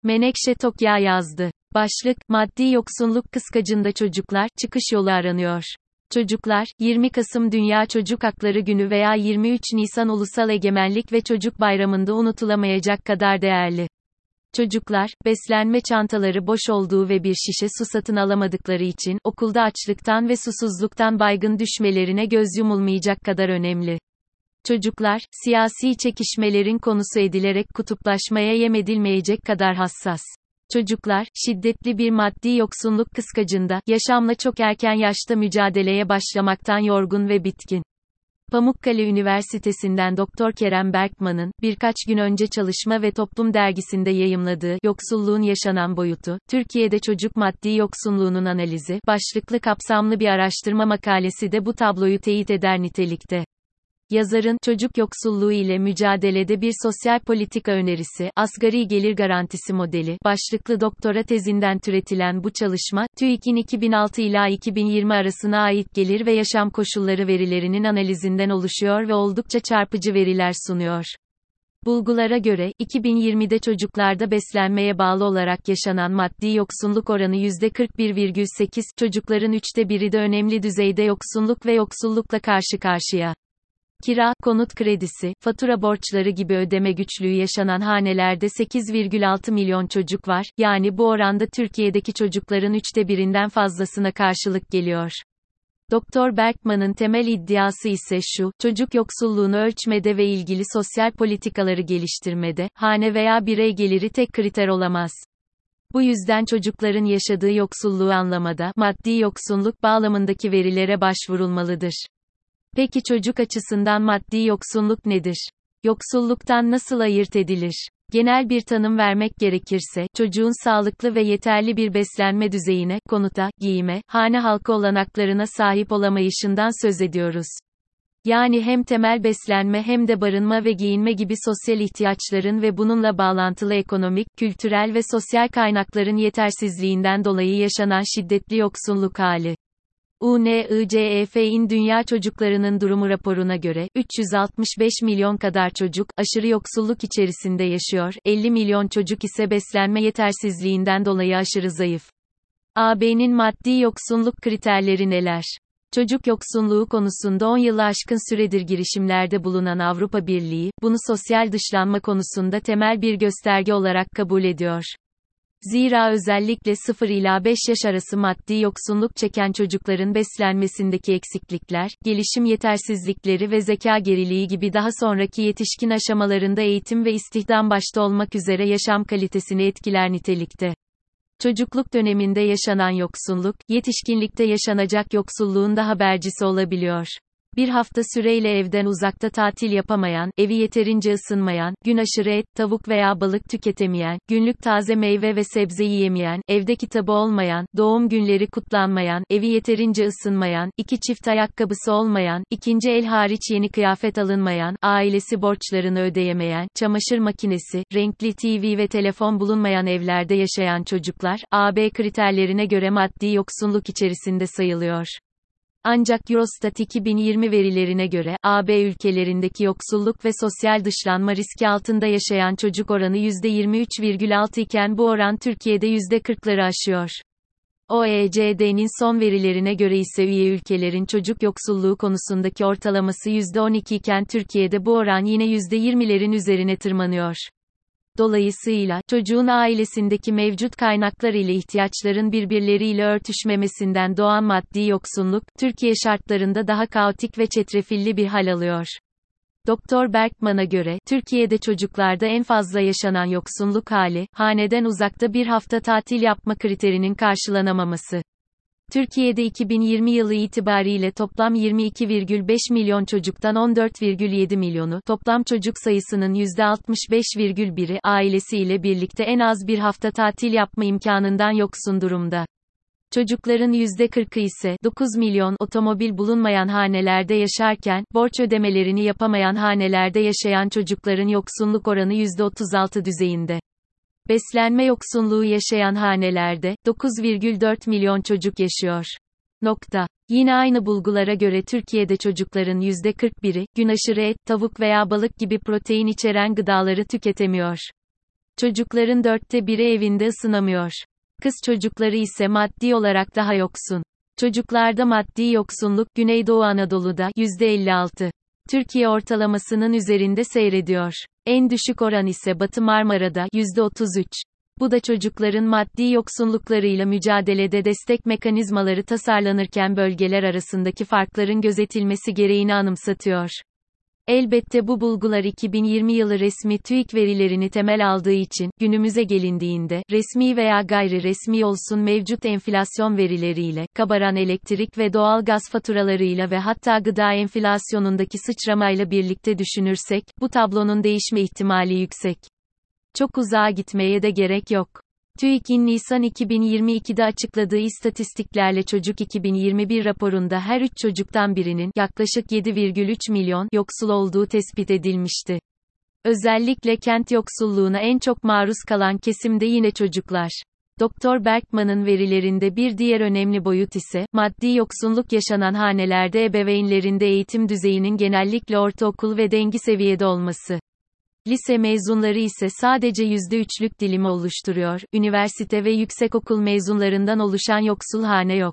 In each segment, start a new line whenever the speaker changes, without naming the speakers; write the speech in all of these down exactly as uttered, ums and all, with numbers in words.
Menekşe Tokya yazdı. Başlık, maddi yoksunluk kıskacında çocuklar, çıkış yolu aranıyor. Çocuklar, yirmi Kasım Dünya Çocuk Hakları Günü veya yirmi üç Nisan Ulusal Egemenlik ve Çocuk Bayramı'nda unutulamayacak kadar değerli. Çocuklar, beslenme çantaları boş olduğu ve bir şişe su satın alamadıkları için, okulda açlıktan ve susuzluktan baygın düşmelerine göz yumulmayacak kadar önemli. Çocuklar, siyasi çekişmelerin konusu edilerek kutuplaşmaya yem edilmeyecek kadar hassas. Çocuklar, şiddetli bir maddi yoksunluk kıskacında, yaşamla çok erken yaşta mücadeleye başlamaktan yorgun ve bitkin. Pamukkale Üniversitesi'nden Doktor Kerem Berkman'ın, birkaç gün önce Çalışma ve Toplum dergisinde yayımladığı, Yoksulluğun Yaşanan Boyutu, Türkiye'de Çocuk Maddi Yoksunluğunun Analizi, başlıklı kapsamlı bir araştırma makalesi de bu tabloyu teyit eder nitelikte. Yazarın, çocuk yoksulluğu ile mücadelede bir sosyal politika önerisi, asgari gelir garantisi modeli, başlıklı doktora tezinden türetilen bu çalışma, TÜİK'in iki bin altı ila iki bin yirmi arasına ait gelir ve yaşam koşulları verilerinin analizinden oluşuyor ve oldukça çarpıcı veriler sunuyor. Bulgulara göre, iki bin yirmide çocuklarda beslenmeye bağlı olarak yaşanan maddi yoksunluk oranı yüzde kırk bir virgül sekiz, çocukların üçte biri de önemli düzeyde yoksulluk ve yoksullukla karşı karşıya. Kira, konut kredisi, fatura borçları gibi ödeme güçlüğü yaşanan hanelerde sekiz virgül altı milyon çocuk var, yani bu oranda Türkiye'deki çocukların üçte birinden fazlasına karşılık geliyor. Doktor Berkman'ın temel iddiası ise şu, çocuk yoksulluğunu ölçmede ve ilgili sosyal politikaları geliştirmede, hane veya birey geliri tek kriter olamaz. Bu yüzden çocukların yaşadığı yoksulluğu anlamada, maddi yoksulluk bağlamındaki verilere başvurulmalıdır. Peki çocuk açısından maddi yoksulluk nedir? Yoksulluktan nasıl ayırt edilir? Genel bir tanım vermek gerekirse, çocuğun sağlıklı ve yeterli bir beslenme düzeyine, konuta, giyime, hane halkı olanaklarına sahip olamayışından söz ediyoruz. Yani hem temel beslenme hem de barınma ve giyinme gibi sosyal ihtiyaçların ve bununla bağlantılı ekonomik, kültürel ve sosyal kaynakların yetersizliğinden dolayı yaşanan şiddetli yoksulluk hali. U N I C E F'in Dünya Çocuklarının Durumu raporuna göre, üç yüz altmış beş milyon kadar çocuk, aşırı yoksulluk içerisinde yaşıyor, elli milyon çocuk ise beslenme yetersizliğinden dolayı aşırı zayıf. A B'nin maddi yoksulluk kriterleri neler? Çocuk yoksulluğu konusunda on yılı aşkın süredir girişimlerde bulunan Avrupa Birliği, bunu sosyal dışlanma konusunda temel bir gösterge olarak kabul ediyor. Zira özellikle sıfır ila beş yaş arası maddi yoksunluk çeken çocukların beslenmesindeki eksiklikler, gelişim yetersizlikleri ve zeka geriliği gibi daha sonraki yetişkin aşamalarında eğitim ve istihdam başta olmak üzere yaşam kalitesini etkiler nitelikte. Çocukluk döneminde yaşanan yoksulluk, yetişkinlikte yaşanacak yoksulluğun da habercisi olabiliyor. Bir hafta süreyle evden uzakta tatil yapamayan, evi yeterince ısınmayan, gün aşırı et, tavuk veya balık tüketemeyen, günlük taze meyve ve sebze yiyemeyen, evde kitabı olmayan, doğum günleri kutlanmayan, evi yeterince ısınmayan, iki çift ayakkabısı olmayan, ikinci el hariç yeni kıyafet alınmayan, ailesi borçlarını ödeyemeyen, çamaşır makinesi, renkli T V ve telefon bulunmayan evlerde yaşayan çocuklar, A B kriterlerine göre maddi yoksulluk içerisinde sayılıyor. Ancak Eurostat iki bin yirmi verilerine göre, A B ülkelerindeki yoksulluk ve sosyal dışlanma riski altında yaşayan çocuk oranı yüzde yirmi üç virgül altı iken bu oran Türkiye'de yüzde kırkları aşıyor. O E C D'nin son verilerine göre ise üye ülkelerin çocuk yoksulluğu konusundaki ortalaması yüzde on iki iken Türkiye'de bu oran yine yüzde yirmilerin üzerine tırmanıyor. Dolayısıyla, çocuğun ailesindeki mevcut kaynaklar ile ihtiyaçların birbirleriyle örtüşmemesinden doğan maddi yoksunluk, Türkiye şartlarında daha kaotik ve çetrefilli bir hal alıyor. Doktor Berkman'a göre, Türkiye'de çocuklarda en fazla yaşanan yoksulluk hali, haneden uzakta bir hafta tatil yapma kriterinin karşılanamaması. Türkiye'de iki bin yirmi yılı itibariyle toplam yirmi iki virgül beş milyon çocuktan on dört virgül yedi milyonu, toplam çocuk sayısının yüzde altmış beş virgül biri, ailesiyle birlikte en az bir hafta tatil yapma imkanından yoksun durumda. Çocukların yüzde kırkı ise, dokuz milyon, otomobil bulunmayan hanelerde yaşarken, borç ödemelerini yapamayan hanelerde yaşayan çocukların yoksulluk oranı yüzde otuz altı düzeyinde. Beslenme yoksunluğu yaşayan hanelerde, dokuz virgül dört milyon çocuk yaşıyor. Nokta. Yine aynı bulgulara göre Türkiye'de çocukların yüzde kırk biri, gün aşırı et, tavuk veya balık gibi protein içeren gıdaları tüketemiyor. Çocukların dörtte biri evinde ısınamıyor. Kız çocukları ise maddi olarak daha yoksun. Çocuklarda maddi yoksunluk, Güneydoğu Anadolu'da yüzde elli altı. Türkiye ortalamasının üzerinde seyrediyor. En düşük oran ise Batı Marmara'da yüzde otuz üç. Bu da çocukların maddi yoksunluklarıyla mücadelede destek mekanizmaları tasarlanırken bölgeler arasındaki farkların gözetilmesi gereğini anımsatıyor. Elbette bu bulgular iki bin yirmi yılı resmi TÜİK verilerini temel aldığı için, günümüze gelindiğinde, resmi veya gayri resmi olsun mevcut enflasyon verileriyle, kabaran elektrik ve doğal gaz faturalarıyla ve hatta gıda enflasyonundaki sıçramayla birlikte düşünürsek, bu tablonun değişme ihtimali yüksek. Çok uzağa gitmeye de gerek yok. TÜİK'in Nisan iki bin yirmi ikide açıkladığı istatistiklerle Çocuk iki bin yirmi bir raporunda her üç çocuktan birinin, yaklaşık yedi virgül üç milyon, yoksul olduğu tespit edilmişti. Özellikle kent yoksulluğuna en çok maruz kalan kesim de yine çocuklar. Doktor Berkman'ın verilerinde bir diğer önemli boyut ise, maddi yoksunluk yaşanan hanelerde ebeveynlerinde eğitim düzeyinin genellikle ortaokul ve dengi seviyede olması. Lise mezunları ise sadece yüzde üçlük dilimi oluşturuyor, üniversite ve yüksekokul mezunlarından oluşan yoksul hane yok.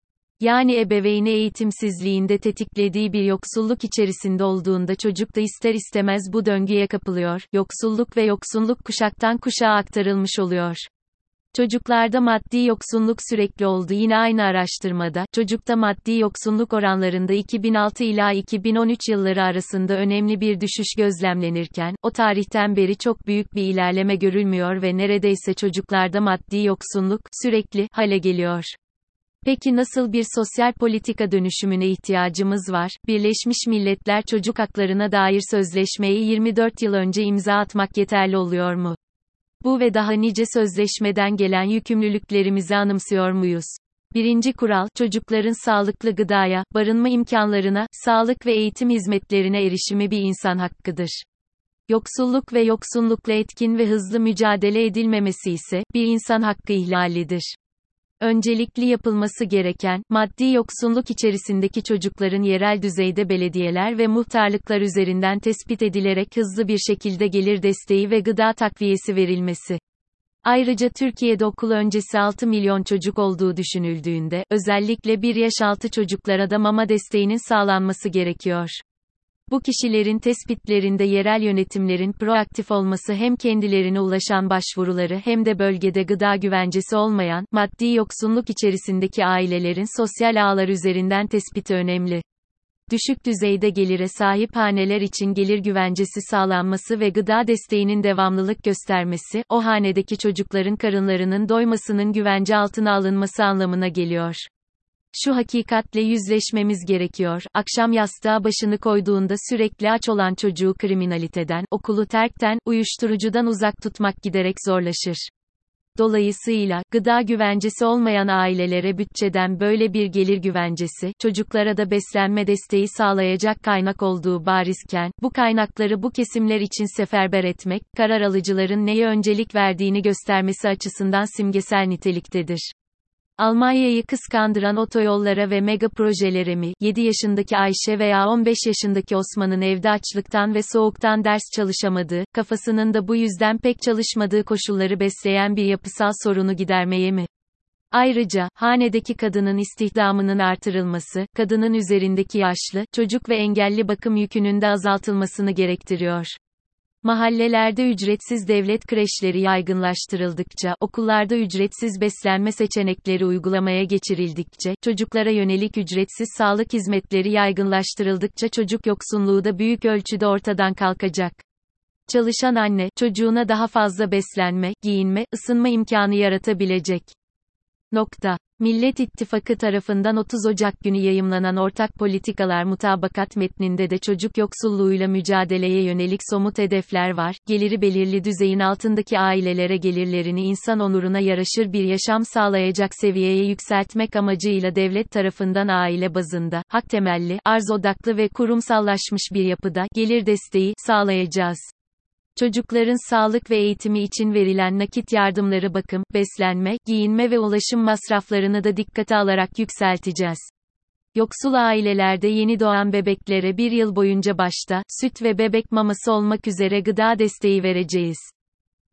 Yani ebeveyni eğitimsizliğinde tetiklediği bir yoksulluk içerisinde olduğunda çocuk da ister istemez bu döngüye kapılıyor, yoksulluk ve yoksunluk kuşaktan kuşağa aktarılmış oluyor. Çocuklarda maddi yoksunluk sürekli oldu. Yine aynı araştırmada, çocukta maddi yoksunluk oranlarında iki bin altı ila iki bin on üç yılları arasında önemli bir düşüş gözlemlenirken, o tarihten beri çok büyük bir ilerleme görülmüyor ve neredeyse çocuklarda maddi yoksunluk, sürekli, hale geliyor. Peki nasıl bir sosyal politika dönüşümüne ihtiyacımız var? Birleşmiş Milletler Çocuk Haklarına dair sözleşmeye yirmi dört yıl önce imza atmak yeterli oluyor mu? Bu ve daha nice sözleşmeden gelen yükümlülüklerimizi anımsıyor muyuz? Birinci kural, çocukların sağlıklı gıdaya, barınma imkanlarına, sağlık ve eğitim hizmetlerine erişimi bir insan hakkıdır. Yoksulluk ve yoksunlukla etkin ve hızlı mücadele edilmemesi ise, bir insan hakkı ihlalidir. Öncelikli yapılması gereken, maddi yoksunluk içerisindeki çocukların yerel düzeyde belediyeler ve muhtarlıklar üzerinden tespit edilerek hızlı bir şekilde gelir desteği ve gıda takviyesi verilmesi. Ayrıca Türkiye'de okul öncesi altı milyon çocuk olduğu düşünüldüğünde, özellikle bir yaş altı çocuklara da mama desteğinin sağlanması gerekiyor. Bu kişilerin tespitlerinde yerel yönetimlerin proaktif olması hem kendilerine ulaşan başvuruları hem de bölgede gıda güvencesi olmayan, maddi yoksunluk içerisindeki ailelerin sosyal ağlar üzerinden tespiti önemli. Düşük düzeyde gelire sahip haneler için gelir güvencesi sağlanması ve gıda desteğinin devamlılık göstermesi, o hanedeki çocukların karınlarının doymasının güvence altına alınması anlamına geliyor. Şu hakikatle yüzleşmemiz gerekiyor, akşam yastığa başını koyduğunda sürekli aç olan çocuğu kriminaliteden, okulu terkten, uyuşturucudan uzak tutmak giderek zorlaşır. Dolayısıyla, gıda güvencesi olmayan ailelere bütçeden böyle bir gelir güvencesi, çocuklara da beslenme desteği sağlayacak kaynak olduğu barizken, bu kaynakları bu kesimler için seferber etmek, karar alıcıların neye öncelik verdiğini göstermesi açısından simgesel niteliktedir. Almanya'yı kıskandıran otoyollara ve mega projelere mi, yedi yaşındaki Ayşe veya on beş yaşındaki Osman'ın evde açlıktan ve soğuktan ders çalışamadığı, kafasının da bu yüzden pek çalışmadığı koşulları besleyen bir yapısal sorunu gidermeye mi? Ayrıca, hanedeki kadının istihdamının artırılması, kadının üzerindeki yaşlı, çocuk ve engelli bakım yükünün de azaltılmasını gerektiriyor. Mahallelerde ücretsiz devlet kreşleri yaygınlaştırıldıkça, okullarda ücretsiz beslenme seçenekleri uygulamaya geçirildikçe, çocuklara yönelik ücretsiz sağlık hizmetleri yaygınlaştırıldıkça çocuk yoksunluğu da büyük ölçüde ortadan kalkacak. Çalışan anne, çocuğuna daha fazla beslenme, giyinme, ısınma imkanı yaratabilecek. Nokta. Millet İttifakı tarafından otuz Ocak günü yayımlanan Ortak Politikalar Mutabakat metninde de çocuk yoksulluğuyla mücadeleye yönelik somut hedefler var. Geliri belirli düzeyin altındaki ailelere gelirlerini insan onuruna yaraşır bir yaşam sağlayacak seviyeye yükseltmek amacıyla devlet tarafından aile bazında, hak temelli, arz odaklı ve kurumsallaşmış bir yapıda gelir desteği sağlayacağız. Çocukların sağlık ve eğitimi için verilen nakit yardımları bakım, beslenme, giyinme ve ulaşım masraflarını da dikkate alarak yükselteceğiz. Yoksul ailelerde yeni doğan bebeklere bir yıl boyunca başta, süt ve bebek maması olmak üzere gıda desteği vereceğiz.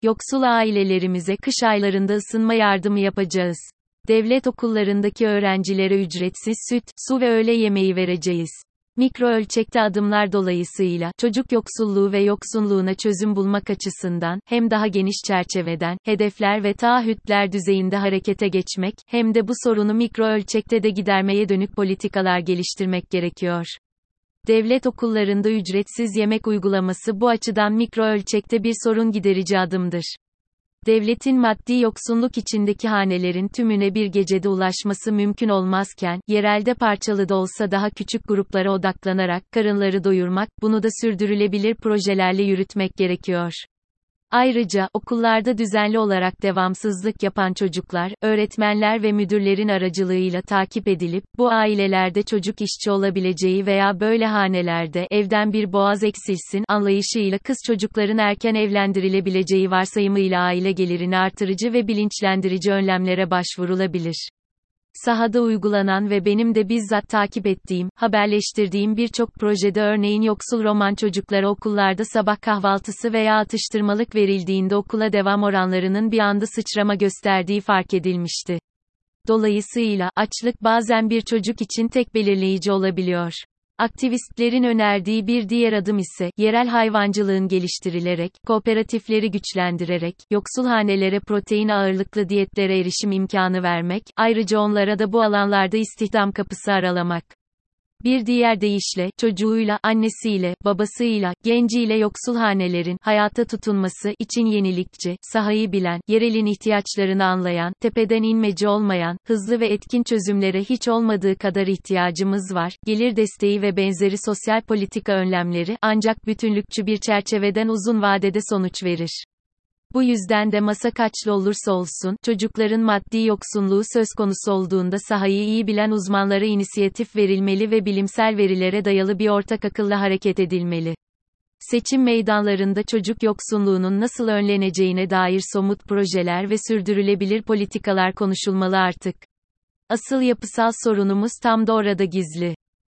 Yoksul ailelerimize kış aylarında ısınma yardımı yapacağız. Devlet okullarındaki öğrencilere ücretsiz süt, su ve öğle yemeği vereceğiz. Mikro ölçekte adımlar dolayısıyla, çocuk yoksulluğu ve yoksunluğuna çözüm bulmak açısından, hem daha geniş çerçeveden, hedefler ve taahhütler düzeyinde harekete geçmek, hem de bu sorunu mikro ölçekte de gidermeye dönük politikalar geliştirmek gerekiyor. Devlet okullarında ücretsiz yemek uygulaması bu açıdan mikro ölçekte bir sorun giderici adımdır. Devletin maddi yoksunluk içindeki hanelerin tümüne bir gecede ulaşması mümkün olmazken, yerelde parçalı da olsa daha küçük gruplara odaklanarak karınları doyurmak, bunu da sürdürülebilir projelerle yürütmek gerekiyor. Ayrıca, okullarda düzenli olarak devamsızlık yapan çocuklar, öğretmenler ve müdürlerin aracılığıyla takip edilip, bu ailelerde çocuk işçi olabileceği veya böyle hanelerde evden bir boğaz eksilsin anlayışıyla kız çocukların erken evlendirilebileceği varsayımıyla aile gelirini artırıcı ve bilinçlendirici önlemlere başvurulabilir. Sahada uygulanan ve benim de bizzat takip ettiğim, haberleştirdiğim birçok projede örneğin yoksul Roman çocuklara okullarda sabah kahvaltısı veya atıştırmalık verildiğinde okula devam oranlarının bir anda sıçrama gösterdiği fark edilmişti. Dolayısıyla, açlık bazen bir çocuk için tek belirleyici olabiliyor. Aktivistlerin önerdiği bir diğer adım ise, yerel hayvancılığın geliştirilerek, kooperatifleri güçlendirerek, yoksul hanelere protein ağırlıklı diyetlere erişim imkanı vermek, ayrıca onlara da bu alanlarda istihdam kapısı aralamak. Bir diğer deyişle, çocuğuyla, annesiyle, babasıyla, genciyle yoksul hanelerin, hayata tutunması için yenilikçi, sahayı bilen, yerelin ihtiyaçlarını anlayan, tepeden inmeci olmayan, hızlı ve etkin çözümlere hiç olmadığı kadar ihtiyacımız var, gelir desteği ve benzeri sosyal politika önlemleri, ancak bütünlükçü bir çerçeveden uzun vadede sonuç verir. Bu yüzden de masa kaçlı olursa olsun, çocukların maddi yoksunluğu söz konusu olduğunda sahayı iyi bilen uzmanlara inisiyatif verilmeli ve bilimsel verilere dayalı bir ortak akılla hareket edilmeli. Seçim meydanlarında çocuk yoksunluğunun nasıl önleneceğine dair somut projeler ve sürdürülebilir politikalar konuşulmalı artık. Asıl yapısal sorunumuz tam da orada gizli.